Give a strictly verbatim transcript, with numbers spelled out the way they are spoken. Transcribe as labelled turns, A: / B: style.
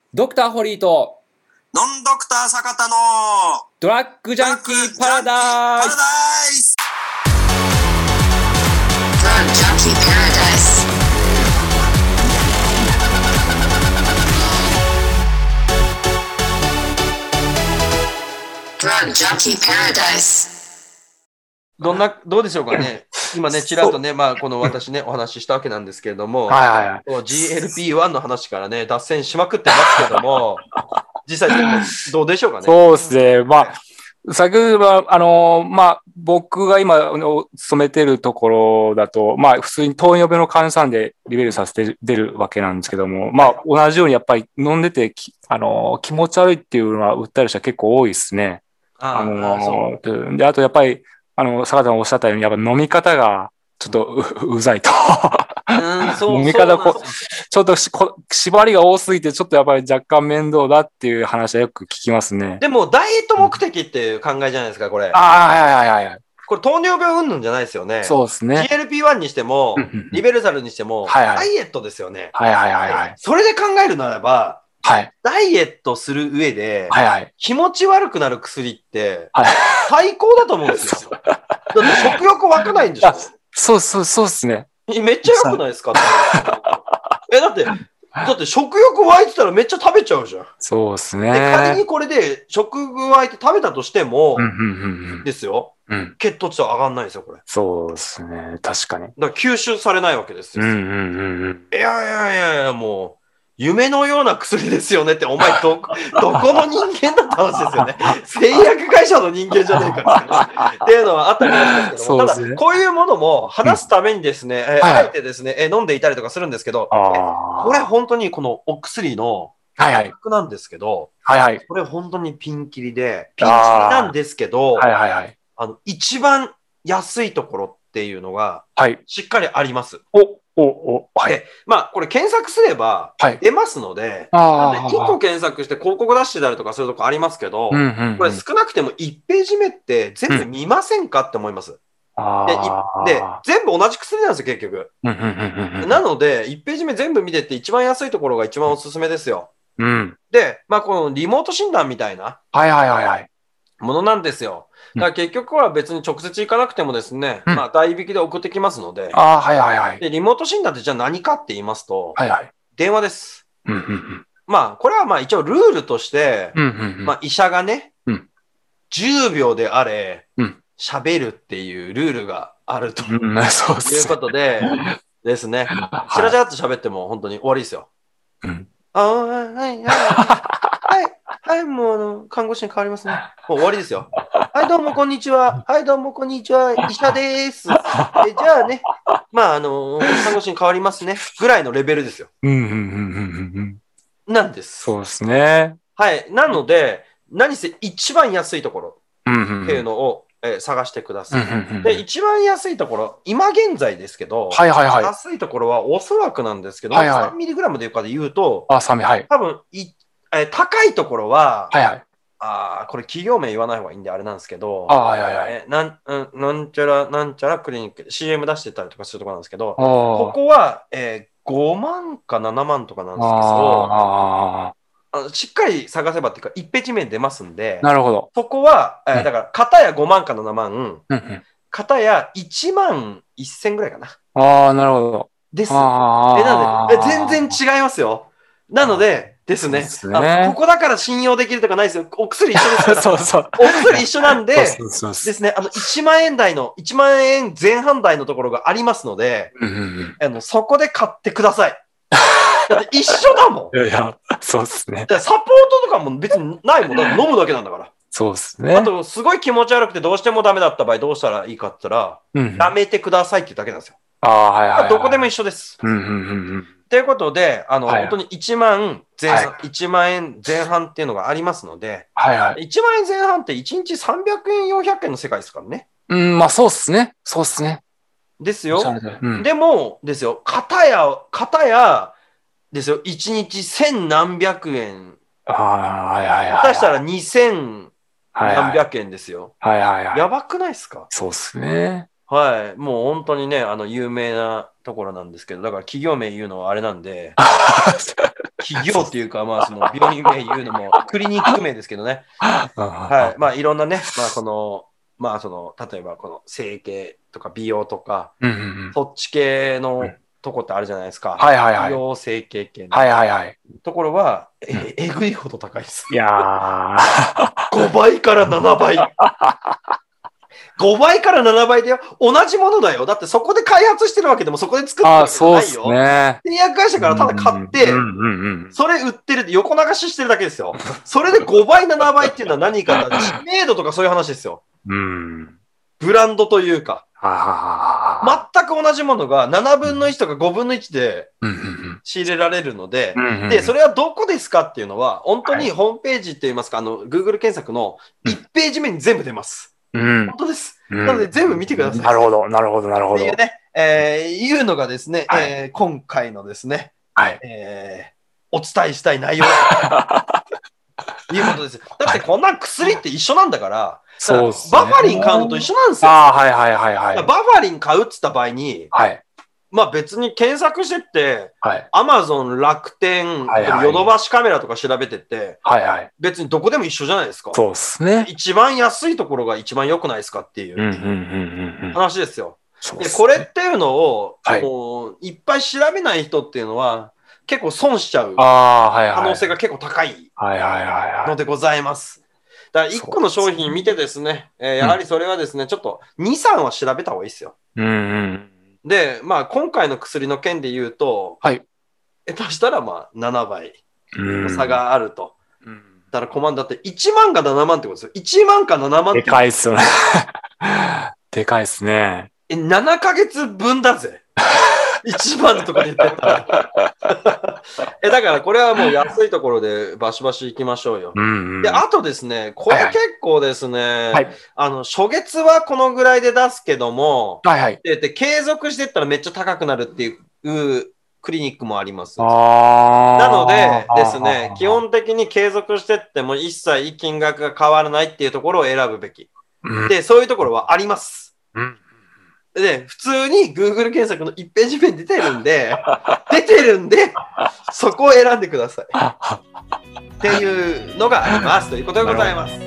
A: ドクターホリーと
B: ノンドクター坂田の
A: ドラッグジャンキーパラダイス。
C: ドラッグジャンキーパラダイス。ドラッグジャンキーパラダイス。
D: どんな、どうでしょうかね。今ね、ちらっとね、まあ、この私ね、お話ししたわけなんですけれども、
E: はいはいはい。
D: ジーエルピーワン の話からね、脱線しまくってますけども、実際どうでしょうかね。
E: そうですね。まあ、先ほどは、あの、まあ、僕が今、勤めてるところだと、まあ、普通に糖尿病の患者さんでリベルさせて出るわけなんですけども、まあ、同じようにやっぱり飲んでて、あの、気持ち悪いっていうのは訴える人は結構多いですね。
D: あ
E: あの、
D: そう
E: で、あとやっぱり、あの、坂田さんおっしゃったように、やっぱ飲み方がちょっと う, うざいと。
D: うんそう
E: 飲み方こちょっとしこ縛りが多すぎて、ちょっとやっぱり若干面倒だっていう話はよく聞きますね。
D: でも、ダイエット目的っていう考えじゃないですか、これ。
E: ああ、はいはいはいはい。
D: これ、糖尿病云々じゃないですよね。
E: そうですね。
D: ジーエルピーワン にしても、リベルサルにしても、
E: はいはい、
D: ダイエットですよね。
E: はいはいはいはい。
D: それで考えるならば、
E: はい。
D: ダイエットする上で、
E: はいはい。
D: 気持ち悪くなる薬って、
E: はい、
D: 最高だと思うんですよ。だって食欲湧かないんでしょ。
E: そうそうそうっすね。
D: めっちゃ良くないですかえ、だって、だって食欲湧いてたらめっちゃ食べちゃうじゃん。
E: そうっすね。
D: で、仮にこれで食欲湧いて食べたとしても、
E: うんうんうんうん、です
D: よ、うん。血糖値は上がんないですよ、これ。
E: そうですね。確かに。
D: だから吸収されないわけですよ。
E: うんうんうんうん。
D: いやいやいやいや、もう、夢のような薬ですよねって、お前ど、どこの人間だった話ですよね。製薬会社の人間じゃねえかっていうのはあったりしますけども、ね、ただ、こういうものも話すためにですね、うん、えあえてですね、え飲んでいたりとかするんですけど、これ本当にこのお薬の価格なんですけど、
E: はいはい、
D: これ本当にピンキリで、ピンキリなんですけど、
E: はいはいはい、
D: あの一番安いところっていうのが、しっかりあります。
E: おおおはい、
D: で、まあ、これ検索すれば出ますので、
E: はい、
D: なんでいっこ検索して広告出してたりとかするとこありますけど、うんうんうん、これ少なくてもいちページ目って全部見ませんか、うん、って思います。で, で、全部同じ薬なんですよ、結局。なので、いちページ目全部見てって一番安いところが一番おすすめですよ。
E: うん、
D: で、まあ、このリモート診断みたいなものなんですよ。だから結局は別に直接行かなくてもですね、うん、まあ代引きで送ってきますので、
E: あはいはいはい。
D: で、リモート診断ってじゃあ何かって言いますと、
E: はいはい、
D: 電話です。
E: うんうんうん、
D: まあ、これはまあ一応ルールとして、
E: うんうんうん、
D: まあ医者がね、
E: うん、
D: じゅうびょうであれ、喋、
E: うん、
D: るっていうルールがあると、
E: うん、そうっす
D: いうことでですね、チラチラっと喋っても本当に終わりですよ。
E: うん、
D: ああ、はいはい。はい、はい、もうあの、看護師に変わりますね。もう終わりですよ。はい、どうもこんにちは。はい、どうもこんにちは。医者でーす。えじゃあね、まああの、看護師に変わりますね。ぐらいのレベルですよ。
E: うんうんうんうんうん。
D: なんです。
E: そうですね。
D: はい。なので、何せ一番安いところっていうのを、えー、探してください。で、一番安いところ、今現在ですけど、
E: はいはいはい、
D: 安いところはおそらくなんですけど、
E: はいはい、
D: さんミリグラムで言うと、
E: あ、さんミリ、はい。
D: 多分い、えー、高いところは、
E: はいはい。
D: あこれ企業名言わない方がいいんであれなんですけど、
E: あはいはいはい、
D: えー、なん、うん、なんちゃら、なんちゃらクリニック、シーエム 出してたりとかするところなんですけど、ここは、えー、ごまんかななまんとかなんですけど、ああしっかり探せばっていうか、いちページ目に出ますんで、
E: なるほど。
D: そこは、えー、だから、片やごまんかななまん、
E: うんうん、
D: 片やいちまんせんぐらいかな。
E: ああ、なるほど。
D: です。え、なんで、え、全然違いますよ。なので、ですね。
E: ですね。
D: ここだから信用できるとかないですよ。お薬一緒ですから。
E: そうそう。
D: お薬一緒なんで、ですね。あの、いちまんえん台の、いちまんえんぜん半台のところがありますので、
E: うんうんうん、
D: あのそこで買ってください。だって一緒だもん。
E: いやいや、そうですね。
D: サポートとかも別にないもん。だって飲むだけなんだから。
E: そうですね。
D: あと、すごい気持ち悪くてどうしてもダメだった場合どうしたらいいかって言ったら、うんうん、やめてくださいっていうだけなんですよ。
E: ああ、はいはい、はい。
D: どこでも一緒です。
E: うんうんうんうん。
D: ということで、あの、はい、本当にいちまん前半、はい、いちまんえんぜん半っていうのがありますので、
E: はいはい、
D: いちまんえんぜん半っていちにちさんびゃくえん、よんひゃくえんの世界ですからね。
E: うん、まあそうっすね。そうっすね。
D: ですよ。うん、でも、ですよ、片や、片や、ですよ、いちにち千何百円。
E: あはいはいはい。
D: 下手したらにせん何百円ですよ。
E: はいはいはい。
D: やばくないですか？
E: そうっすね。
D: はい。もう本当にね、あの、有名なところなんですけど、だから企業名言うのはあれなんで、企業っていうか、まあその病院名言うのもクリニック名ですけどね。はい。まあいろんなね、まあこの、まあその、例えばこの整形とか美容とか、
E: うんうんうん、
D: そっち系のとこってあるじゃないですか。
E: はいはいはい。
D: 美容整形系の。
E: はいはいはい。
D: ところは、え、えぐいほど高いです。
E: いやー。
D: ごばいからななばい。ごばいからななばいでよ。同じものだよ。だってそこで開発してるわけでもそこで作ってるわけじゃないよ。あ、そうですね。製薬会社からただ買って、それ売ってるって横流ししてるだけですよ。それでごばい、ななばいっていうのは何かって知名度とかそういう話ですよ。うん、ブランドというか。全く同じものがななぶんのいちとかごぶんのいちで仕入れられるので、で、それはどこですかっていうのは、本当にホームページって言いますか、あの、Google 検索のいちページ目に全部出ます。うん、本当です。うん、なので全部見てください。
E: なるほど、なるほど、なるほど。
D: っていうね、えー、いうのがですね、はい、えー、今回のですね、
E: はい、
D: えー、お伝えしたい内容ということです。だってこんな薬って一緒なんだから、
E: そうですね、
D: バファリン買うのと一緒なんですよ。
E: ああ、はいはいはいはい。
D: バファリン買うっつった場合に、はい、まあ別に検索してって、はい、アマゾン、楽天、ヨドバシカメラとか調べてって、はいはい、別にどこでも一緒じゃないですか。
E: そうですね。
D: 一番安いところが一番良くないですかっていう話ですよ。で、これっていうのを、はい、もういっぱい調べない人っていうのは結構損しちゃう可能性が結構高いのでございます。だからいっこの商品見てですね、えー、やはりそれはですね、うん、ちょっとに、さんは調べた方がいいですよ。うんうん、で、まあ今回の薬の件で言うと、はい、下手したらまあななばいの差があると。うん、だから困るんだっていちまんかななまんってことですよ。いちまんかななまんって。
E: でかいっすよね。でかいっすね。
D: え、ななかげつぶんだぜ。いちまんとかで言ってたら。え、だからこれはもう安いところでバシバシ行きましょうよ。うんうん、で、あとですね、これ結構ですね、はいはい、あの、初月はこのぐらいで出すけども、はいはい、でで継続していったらめっちゃ高くなるっていうクリニックもあります。なのでですね、基本的に継続していっても一切金額が変わらないっていうところを選ぶべき。うん、で、そういうところはあります。うんで、普通に Google 検索のいちページ目に出てるんで、出てるんで、そこを選んでください。っていうのがあります。ということでございます。